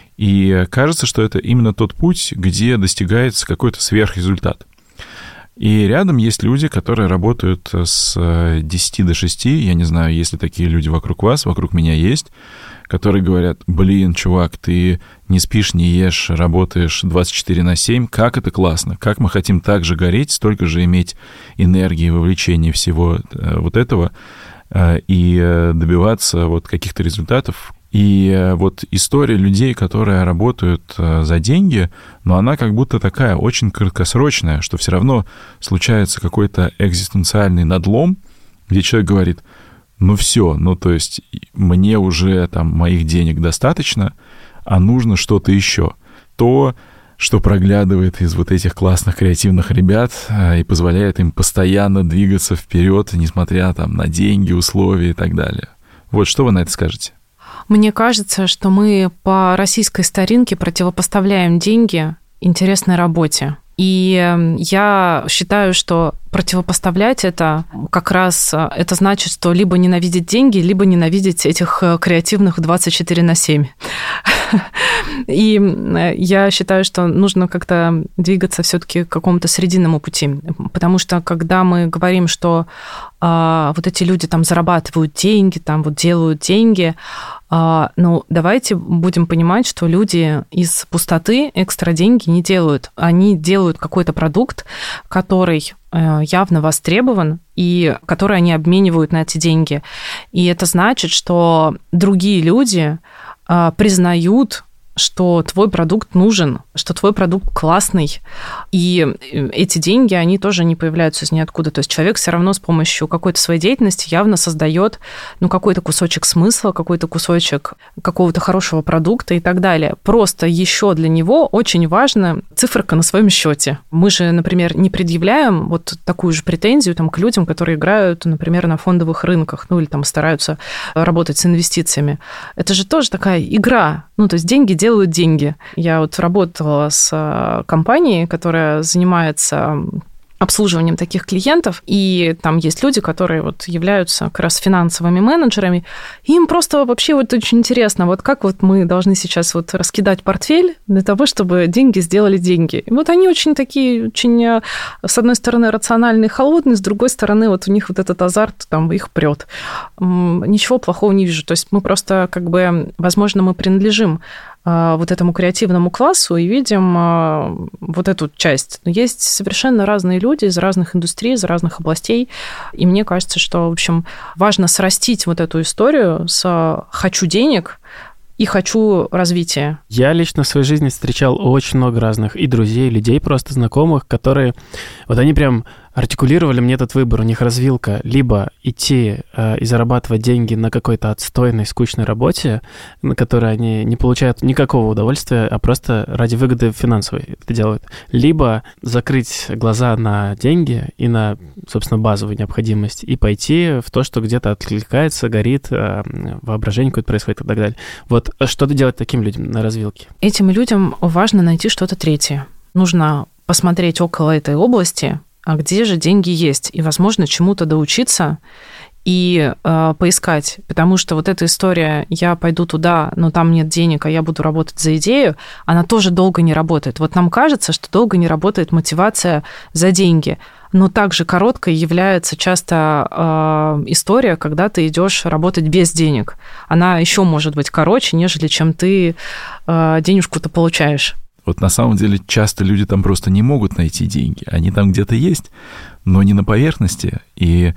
И кажется, что это именно тот путь, где достигается какой-то сверхрезультат. И рядом есть люди, которые работают с 10 до 6, я не знаю, есть ли такие люди вокруг вас, вокруг меня есть, которые говорят, блин, чувак, ты не спишь, не ешь, работаешь 24/7, как это классно, как мы хотим так же гореть, столько же иметь энергии, вовлечения всего вот этого и добиваться вот каких-то результатов. И вот история людей, которые работают за деньги, но она как будто такая очень краткосрочная, что все равно случается какой-то экзистенциальный надлом, где человек говорит, ну все, ну то есть мне уже там моих денег достаточно, а нужно что-то еще. То что проглядывает из вот этих классных креативных ребят и позволяет им постоянно двигаться вперед, несмотря там на деньги, условия и так далее. Вот что вы на это скажете? Мне кажется, что мы по российской старинке противопоставляем деньги интересной работе. И я считаю, что противопоставлять это как раз это значит, что либо ненавидеть деньги, либо ненавидеть этих креативных 24/7. И я считаю, что нужно как-то двигаться все-таки к какому-то срединному пути. Потому что когда мы говорим, что вот эти люди там зарабатывают деньги, там вот делают деньги, ну, давайте будем понимать, что люди из пустоты экстра деньги не делают. Они делают какой-то продукт, который явно востребован, и который они обменивают на эти деньги. И это значит, что другие люди признают, что твой продукт нужен, что твой продукт классный, и эти деньги, они тоже не появляются из ниоткуда. То есть человек все равно с помощью какой-то своей деятельности явно создает, ну, какой-то кусочек смысла, какой-то кусочек какого-то хорошего продукта и так далее. Просто еще для него очень важна циферка на своем счете. Мы же, например, не предъявляем вот такую же претензию там, к людям, которые играют, например, на фондовых рынках, ну, или там стараются работать с инвестициями. Это же тоже такая игра. Ну, то есть деньги делают деньги. Я вот работала с компанией, которая занимается обслуживанием таких клиентов, и там есть люди, которые вот являются как раз финансовыми менеджерами, и им просто вообще вот очень интересно, вот как вот мы должны сейчас вот раскидать портфель для того, чтобы деньги сделали деньги. И вот они очень такие, очень, с одной стороны, рациональные, холодные, с другой стороны, вот у них вот этот азарт там их прет. Ничего плохого не вижу. То есть мы просто как бы, возможно, мы принадлежим вот этому креативному классу и видим вот эту часть. Но есть совершенно разные люди из разных индустрий, из разных областей, и мне кажется, что, в общем, важно срастить вот эту историю с «хочу денег», и хочу развития. Я лично в своей жизни встречал очень много разных и друзей, и людей просто знакомых, которые... Вот они прям артикулировали мне этот выбор. У них развилка либо идти и зарабатывать деньги на какой-то отстойной, скучной работе, на которой они не получают никакого удовольствия, а просто ради выгоды финансовой это делают. Либо закрыть глаза на деньги и на, собственно, базовую необходимость и пойти в то, что где-то откликается, горит, воображение какое-то происходит и так далее. Вот что-то делать таким людям на развилке? Этим людям важно найти что-то третье. Нужно посмотреть около этой области, а где же деньги есть, и, возможно, чему-то доучиться и поискать. Потому что вот эта история «я пойду туда, но там нет денег, а я буду работать за идею», она тоже долго не работает. Вот нам кажется, что долго не работает мотивация за деньги. Но также короткой является часто история, когда ты идешь работать без денег. Она еще может быть короче, нежели чем ты денежку-то получаешь. Вот на самом деле часто люди там просто не могут найти деньги. Они там где-то есть, но не на поверхности. И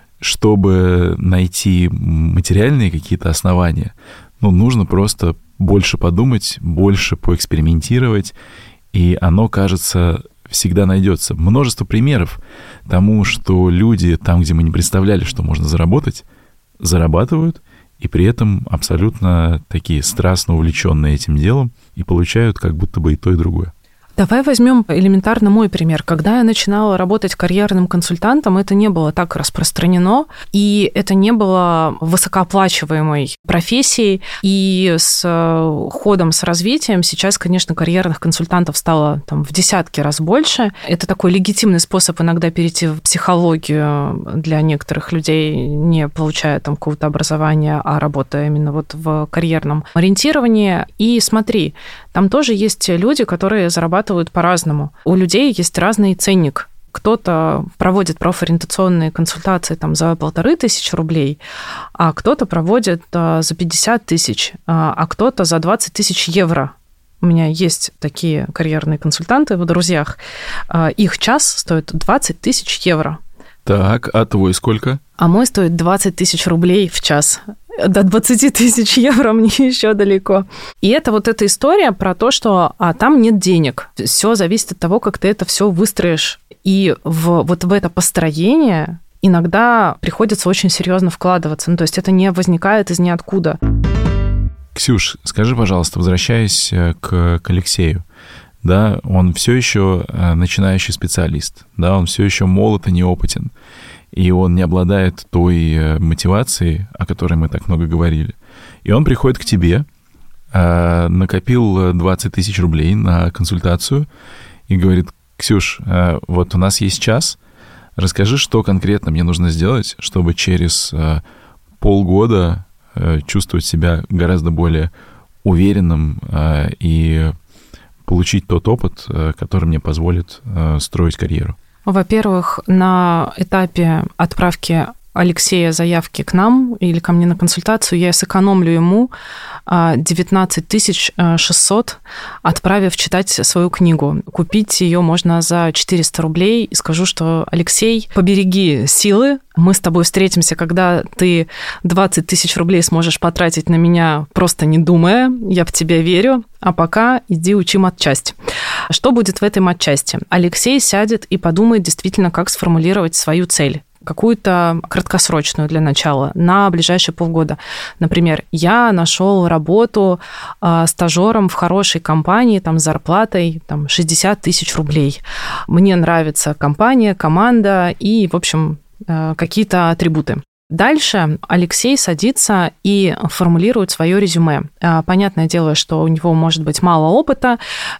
чтобы найти материальные какие-то основания, ну, нужно просто больше подумать, больше поэкспериментировать, и оно, кажется, всегда найдется. Множество примеров тому, что люди там, где мы не представляли, что можно заработать, зарабатывают, и при этом абсолютно такие страстно увлеченные этим делом и получают как будто бы и то, и другое. Давай возьмем элементарно мой пример. Когда я начинала работать карьерным консультантом, это не было так распространено, и это не было высокооплачиваемой профессией. И с ходом, с развитием сейчас, конечно, карьерных консультантов стало там, в десятки раз больше. Это такой легитимный способ иногда перейти в психологию для некоторых людей, не получая там какого-то образования, а работая именно вот в карьерном ориентировании. И смотри, там тоже есть люди, которые зарабатывают по-разному. У людей есть разный ценник. Кто-то проводит профориентационные консультации там, за 1500 рублей, а кто-то проводит за 50 тысяч, а кто-то за 20 тысяч евро. У меня есть такие карьерные консультанты в друзьях. Их час стоит 20 тысяч евро. Так, а твой сколько? А мой стоит 20 тысяч рублей в час. До 20 тысяч евро мне еще далеко. И это вот эта история про то, что там нет денег. Все зависит от того, как ты это все выстроишь. И вот в это построение иногда приходится очень серьезно вкладываться. Ну, то есть это не возникает из ниоткуда. Ксюш, скажи, пожалуйста, возвращаясь к Алексею, да, он все еще начинающий специалист, да, он все еще молод и неопытен, и он не обладает той мотивацией, о которой мы так много говорили. И он приходит к тебе, накопил 20 тысяч рублей на консультацию и говорит: Ксюш, вот у нас есть час, расскажи, что конкретно мне нужно сделать, чтобы через полгода чувствовать себя гораздо более уверенным и получить тот опыт, который мне позволит строить карьеру. Во-первых, на этапе отправки Алексея заявки к нам или ко мне на консультацию я сэкономлю ему 19 600, отправив читать свою книгу. Купить ее можно за 400 рублей. И скажу, что, Алексей, побереги силы. Мы с тобой встретимся, когда ты 20 тысяч рублей сможешь потратить на меня, просто не думая. Я в тебя верю. А пока иди учи матчасть. Что будет в этой матчасти? Алексей сядет и подумает действительно, как сформулировать свою цель. Какую-то краткосрочную для начала, на ближайшие полгода. Например, я нашел работу стажером в хорошей компании там, с зарплатой 60 тысяч рублей. Мне нравится компания, команда и, в общем, какие-то атрибуты. Дальше Алексей садится и формулирует свое резюме. Понятное дело, что у него может быть мало опыта,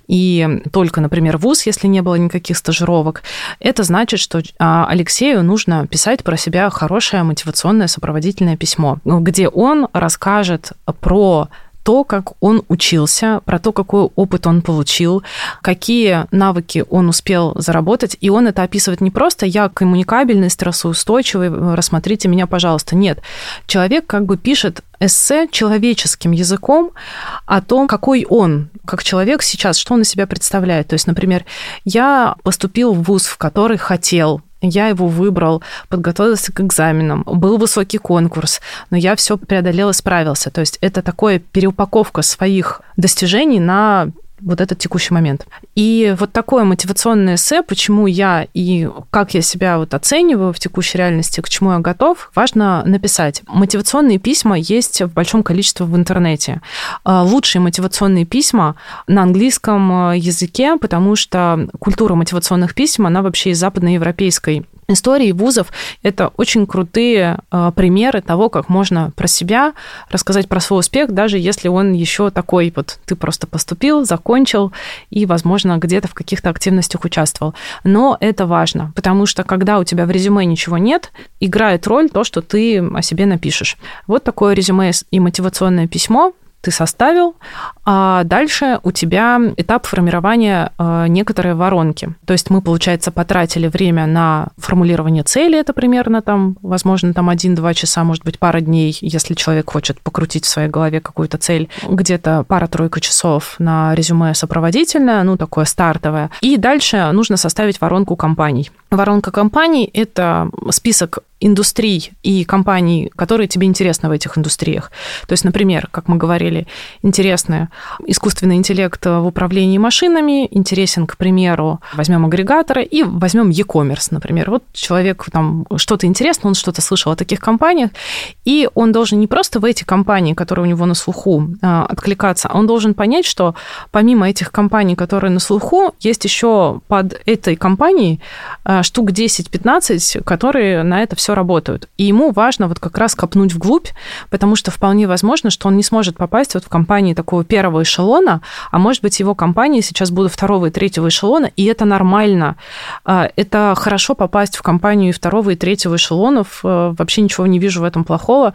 и только, например, вуз, если не было никаких стажировок. Это значит, что Алексею нужно писать про себя хорошее мотивационное сопроводительное письмо, где он расскажет про то, как он учился, про то, какой опыт он получил, какие навыки он успел заработать. И он это описывает не просто «я коммуникабельный, стрессоустойчивый, рассмотрите меня, пожалуйста». Нет, человек как бы пишет эссе человеческим языком о том, какой он, как человек сейчас, что он из себя представляет. То есть, например, я поступил в вуз, в который хотел, я его выбрал, подготовился к экзаменам, был высокий конкурс, но я все преодолел и справился. То есть это такая переупаковка своих достижений на вот этот текущий момент. И вот такое мотивационное эссе, почему я и как я себя вот оцениваю в текущей реальности, к чему я готов, важно написать. Мотивационные письма есть в большом количестве в интернете. Лучшие мотивационные письма на английском языке, потому что культура мотивационных писем, она вообще из западноевропейской истории вузов. Это очень крутые примеры того, как можно про себя рассказать про свой успех, даже если он еще такой вот, ты просто поступил, закончил и, возможно, где-то в каких-то активностях участвовал. Но это важно, потому что когда у тебя в резюме ничего нет, играет роль то, что ты о себе напишешь. Вот такое резюме и мотивационное письмо ты составил, а дальше у тебя этап формирования некоторой воронки. То есть мы, получается, потратили время на формулирование цели, это примерно возможно, 1-2 часа, может быть, пара дней, если человек хочет покрутить в своей голове какую-то цель, где-то пара-тройка часов на резюме сопроводительное, такое стартовое. И дальше нужно составить воронку компаний. Воронка компаний – это список индустрий и компаний, которые тебе интересны в этих индустриях. То есть, например, как мы говорили, интересны искусственный интеллект в управлении машинами, интересен, к примеру, возьмем агрегаторы и возьмем e-commerce, например. Вот человек что-то интересно, он что-то слышал о таких компаниях, и он должен не просто в эти компании, которые у него на слуху, откликаться, а он должен понять, что помимо этих компаний, которые на слуху, есть еще под этой компанией штук 10-15, которые на это все работают. И ему важно вот как раз копнуть вглубь, потому что вполне возможно, что он не сможет попасть вот в компании такого первого эшелона, а может быть, его компании сейчас будут второго и третьего эшелона, и это нормально. Это хорошо попасть в компанию и второго и третьего эшелонов, вообще ничего не вижу в этом плохого.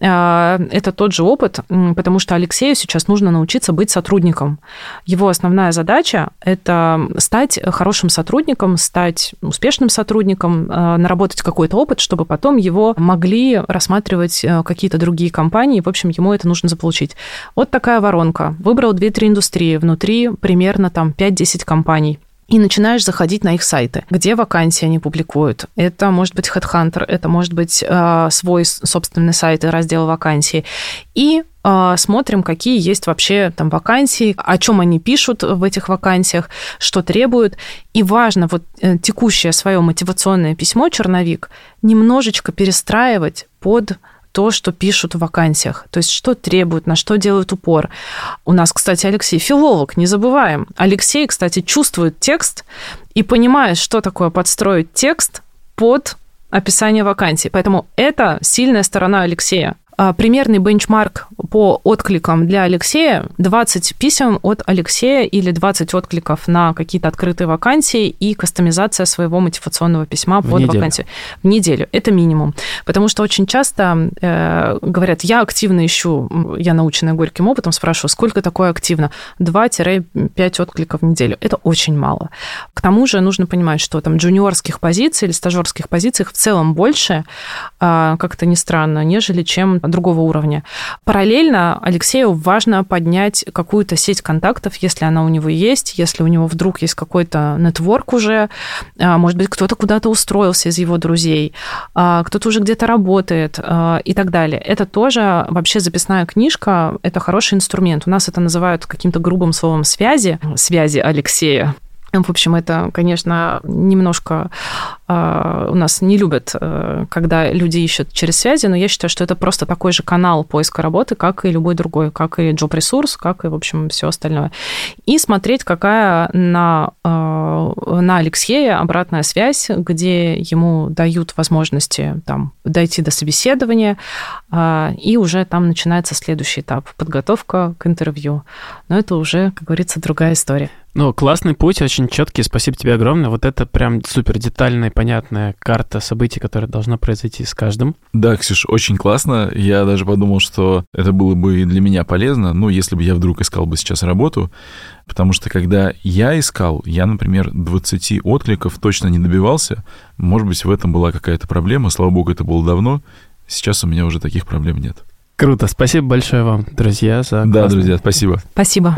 Это тот же опыт, потому что Алексею сейчас нужно научиться быть сотрудником. Его основная задача – это стать хорошим сотрудником, стать успешным сотрудником, наработать какой-то опыт, чтобы потом его могли рассматривать какие-то другие компании. В общем, ему это нужно заполучить. Вот такая воронка. Выбрал 2-3 индустрии, внутри примерно 5-10 компаний. И начинаешь заходить на их сайты, где вакансии они публикуют. Это может быть HeadHunter, это может быть свой собственный сайт и раздел вакансий. И смотрим, какие есть вообще вакансии, о чем они пишут в этих вакансиях, что требуют. И важно текущее свое мотивационное письмо, черновик, немножечко перестраивать под то, что пишут в вакансиях, то есть что требуют, на что делают упор. У нас, кстати, Алексей филолог, не забываем. Алексей, кстати, чувствует текст и понимает, что такое подстроить текст под описание вакансии. Поэтому это сильная сторона Алексея. Примерный бенчмарк по откликам для Алексея 20 писем от Алексея или 20 откликов на какие-то открытые вакансии и кастомизация своего мотивационного письма под вакансию. В неделю. Это минимум. Потому что очень часто говорят, я активно ищу, я наученная горьким опытом, спрашиваю, сколько такое активно? 2-5 откликов в неделю. Это очень мало. К тому же нужно понимать, что там джуниорских позиций или стажерских позиций в целом больше, как-то не странно, нежели чем другого уровня. Параллельно Алексею важно поднять какую-то сеть контактов, если она у него есть, если у него вдруг есть какой-то нетворк уже, может быть, кто-то куда-то устроился из его друзей, кто-то уже где-то работает и так далее. Это тоже вообще записная книжка, это хороший инструмент. У нас это называют каким-то грубым словом связи Алексея. В общем, это, конечно, немножко у нас не любят, когда люди ищут через связи, но я считаю, что это просто такой же канал поиска работы, как и любой другой, как и job-ресурс, как и, в общем, все остальное. И смотреть, какая на Алексея обратная связь, где ему дают возможности там, дойти до собеседования, и уже там начинается следующий этап – подготовка к интервью. Но это уже, как говорится, другая история. Ну, классный путь, очень четкий, спасибо тебе огромное. Вот это прям супер детальная, понятная карта событий, которая должна произойти с каждым. Да, Ксюш, очень классно. Я даже подумал, что это было бы и для меня полезно, ну, если бы я вдруг искал бы сейчас работу, потому что когда я искал, я, например, 20 откликов точно не добивался. Может быть, в этом была какая-то проблема, слава богу, это было давно. Сейчас у меня уже таких проблем нет. Круто, спасибо большое вам, друзья, за Да, друзья, спасибо. Спасибо.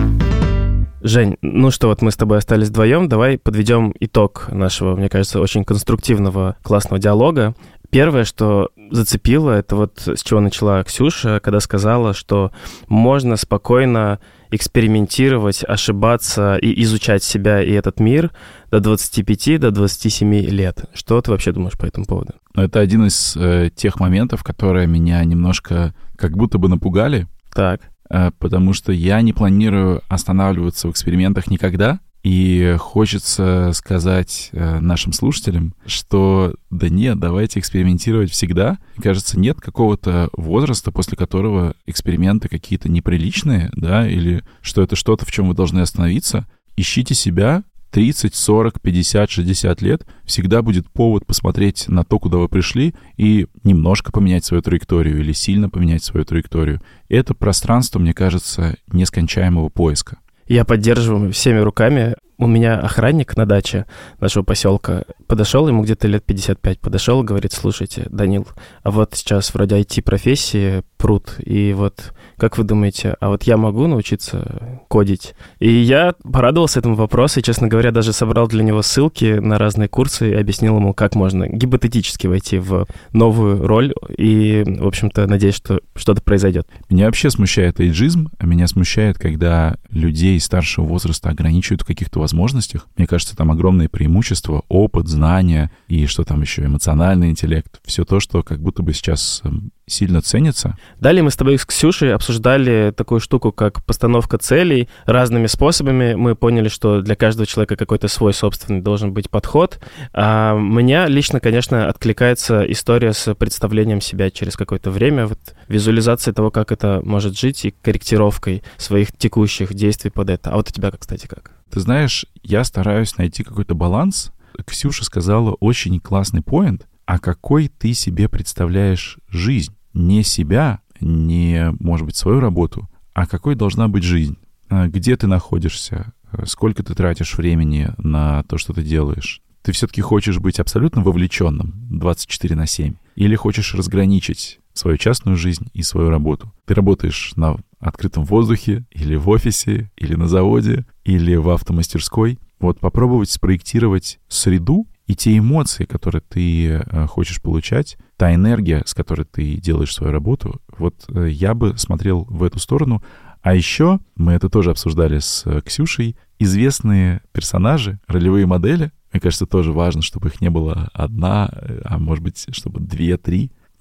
Жень, ну что, вот мы с тобой остались вдвоем, давай подведем итог нашего, мне кажется, очень конструктивного, классного диалога. Первое, что зацепило, это вот с чего начала Ксюша, когда сказала, что можно спокойно экспериментировать, ошибаться и изучать себя и этот мир до 25, до 27 лет. Что ты вообще думаешь по этому поводу? Это один из тех моментов, которые меня немножко как будто бы напугали. Так. Потому что я не планирую останавливаться в экспериментах никогда, и хочется сказать нашим слушателям, что да нет, давайте экспериментировать всегда. Мне кажется, нет какого-то возраста, после которого эксперименты какие-то неприличные, да, или что это что-то, в чем вы должны остановиться. Ищите себя. 30, 40, 50, 60 лет всегда будет повод посмотреть на то, куда вы пришли, и немножко поменять свою траекторию или сильно поменять свою траекторию. Это пространство, мне кажется, нескончаемого поиска. Я поддерживаю всеми руками. У меня охранник на даче нашего поселка подошел, ему где-то лет 55, подошел и говорит: слушайте, Данил, а вот сейчас вроде IT-профессии прут, и вот как вы думаете, а вот я могу научиться кодить? И я порадовался этому вопросу, и, честно говоря, даже собрал для него ссылки на разные курсы и объяснил ему, как можно гипотетически войти в новую роль, и, в общем-то, надеюсь, что что-то произойдет. Меня вообще смущает эйджизм, а меня смущает, когда людей старшего возраста ограничивают в каких-то возможностях. Мне кажется, там огромные преимущества, опыт, знания и что там еще, эмоциональный интеллект. Все то, что как будто бы сейчас сильно ценится. Далее мы с тобой с Ксюшей обсуждали такую штуку, как постановка целей разными способами. Мы поняли, что для каждого человека какой-то свой собственный должен быть подход. А меня лично, конечно, откликается история с представлением себя через какое-то время, вот визуализацией того, как это может жить, и корректировкой своих текущих действий под это. А вот у тебя, кстати, как? Ты знаешь, я стараюсь найти какой-то баланс. Ксюша сказала очень классный поинт. А какой ты себе представляешь жизнь? Не себя, не, может быть, свою работу, а какой должна быть жизнь? Где ты находишься? Сколько ты тратишь времени на то, что ты делаешь? Ты все-таки хочешь быть абсолютно вовлеченным 24/7? Или хочешь разграничить свою частную жизнь и свою работу? Ты работаешь на открытом воздухе, или в офисе, или на заводе, или в автомастерской. Вот попробовать спроектировать среду и те эмоции, которые ты хочешь получать, та энергия, с которой ты делаешь свою работу, вот я бы смотрел в эту сторону. А еще, мы это тоже обсуждали с Ксюшей, известные персонажи, ролевые модели, мне кажется, тоже важно, чтобы их не было одна, а может быть, чтобы 2-3.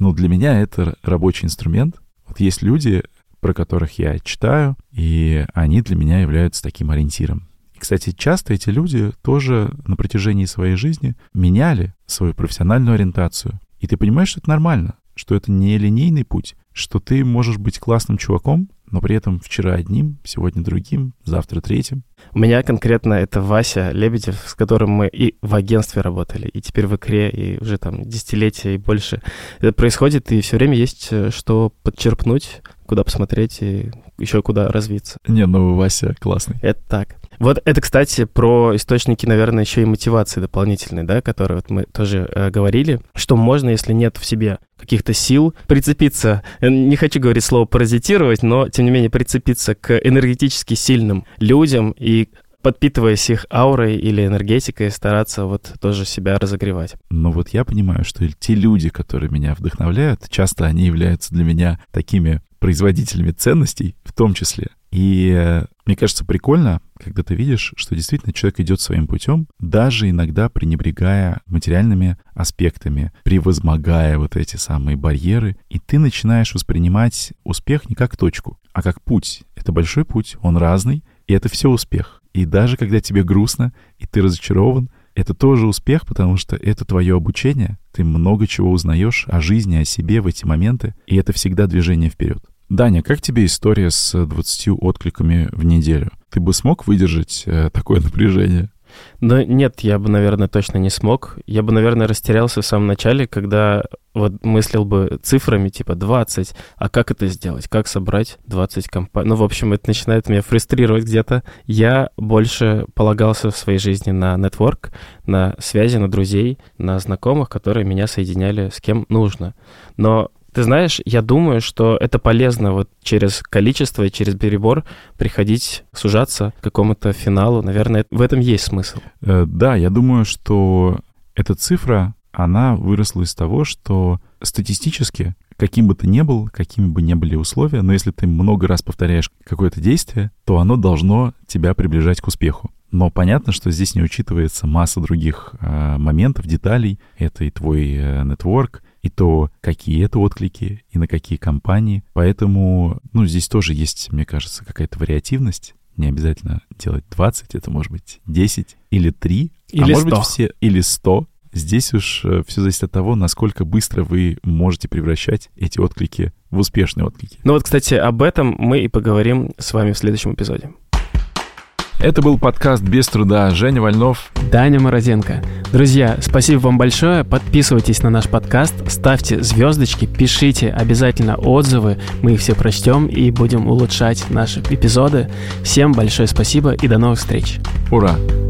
Но для меня это рабочий инструмент. Вот есть люди, про которых я читаю, и они для меня являются таким ориентиром. И, кстати, часто эти люди тоже на протяжении своей жизни меняли свою профессиональную ориентацию. И ты понимаешь, что это нормально, что это не линейный путь, что ты можешь быть классным чуваком, но при этом вчера одним, сегодня другим, завтра третьим. У меня конкретно это Вася Лебедев, с которым мы и в агентстве работали, и теперь в икре, и уже там десятилетия и больше. Это происходит, и все время есть что подчерпнуть, куда посмотреть и еще куда развиться. Не, ну Вася классный. Это так. Вот это, кстати, про источники, наверное, еще и мотивации дополнительной, да, которые вот мы тоже говорили, что можно, если нет в себе каких-то сил, прицепиться, не хочу говорить слово «паразитировать», но, тем не менее, прицепиться к энергетически сильным людям и, подпитываясь их аурой или энергетикой, стараться вот тоже себя разогревать. Но вот я понимаю, что те люди, которые меня вдохновляют, часто они являются для меня такими производителями ценностей в том числе. И мне кажется, прикольно, когда ты видишь, что действительно человек идет своим путем, даже иногда пренебрегая материальными аспектами, превозмогая вот эти самые барьеры, и ты начинаешь воспринимать успех не как точку, а как путь. Это большой путь, он разный, и это все успех. И даже когда тебе грустно, и ты разочарован, это тоже успех, потому что это твое обучение, ты много чего узнаешь о жизни, о себе в эти моменты, и это всегда движение вперед. Даня, как тебе история с 20 откликами в неделю? Ты бы смог выдержать такое напряжение? Да нет, я бы, наверное, точно не смог. Я бы, наверное, растерялся в самом начале, когда вот мыслил бы цифрами типа 20, а как это сделать? Как собрать 20 компаний? Ну, в общем, это начинает меня фрустрировать где-то. Я больше полагался в своей жизни на нетворк, на связи, на друзей, на знакомых, которые меня соединяли с кем нужно. Но ты знаешь, я думаю, что это полезно вот через количество и через перебор приходить, сужаться к какому-то финалу. Наверное, в этом есть смысл. Да, я думаю, что эта цифра, она выросла из того, что статистически, каким бы ты ни был, какими бы ни были условия, но если ты много раз повторяешь какое-то действие, то оно должно тебя приближать к успеху. Но понятно, что здесь не учитывается масса других моментов, деталей. Это и твой нетворк, и то, какие это отклики, и на какие компании. Поэтому, здесь тоже есть, мне кажется, какая-то вариативность. Не обязательно делать 20, это может быть 10 или 3, или а может 100. Быть все, или 100. Здесь уж все зависит от того, насколько быстро вы можете превращать эти отклики в успешные отклики. Ну вот, кстати, об этом мы и поговорим с вами в следующем эпизоде. Это был подкаст «Без труда». Женя Вольнов. Даня Морозенко. Друзья, спасибо вам большое. Подписывайтесь на наш подкаст, ставьте звездочки, пишите обязательно отзывы. Мы их все прочтем и будем улучшать наши эпизоды. Всем большое спасибо и до новых встреч. Ура!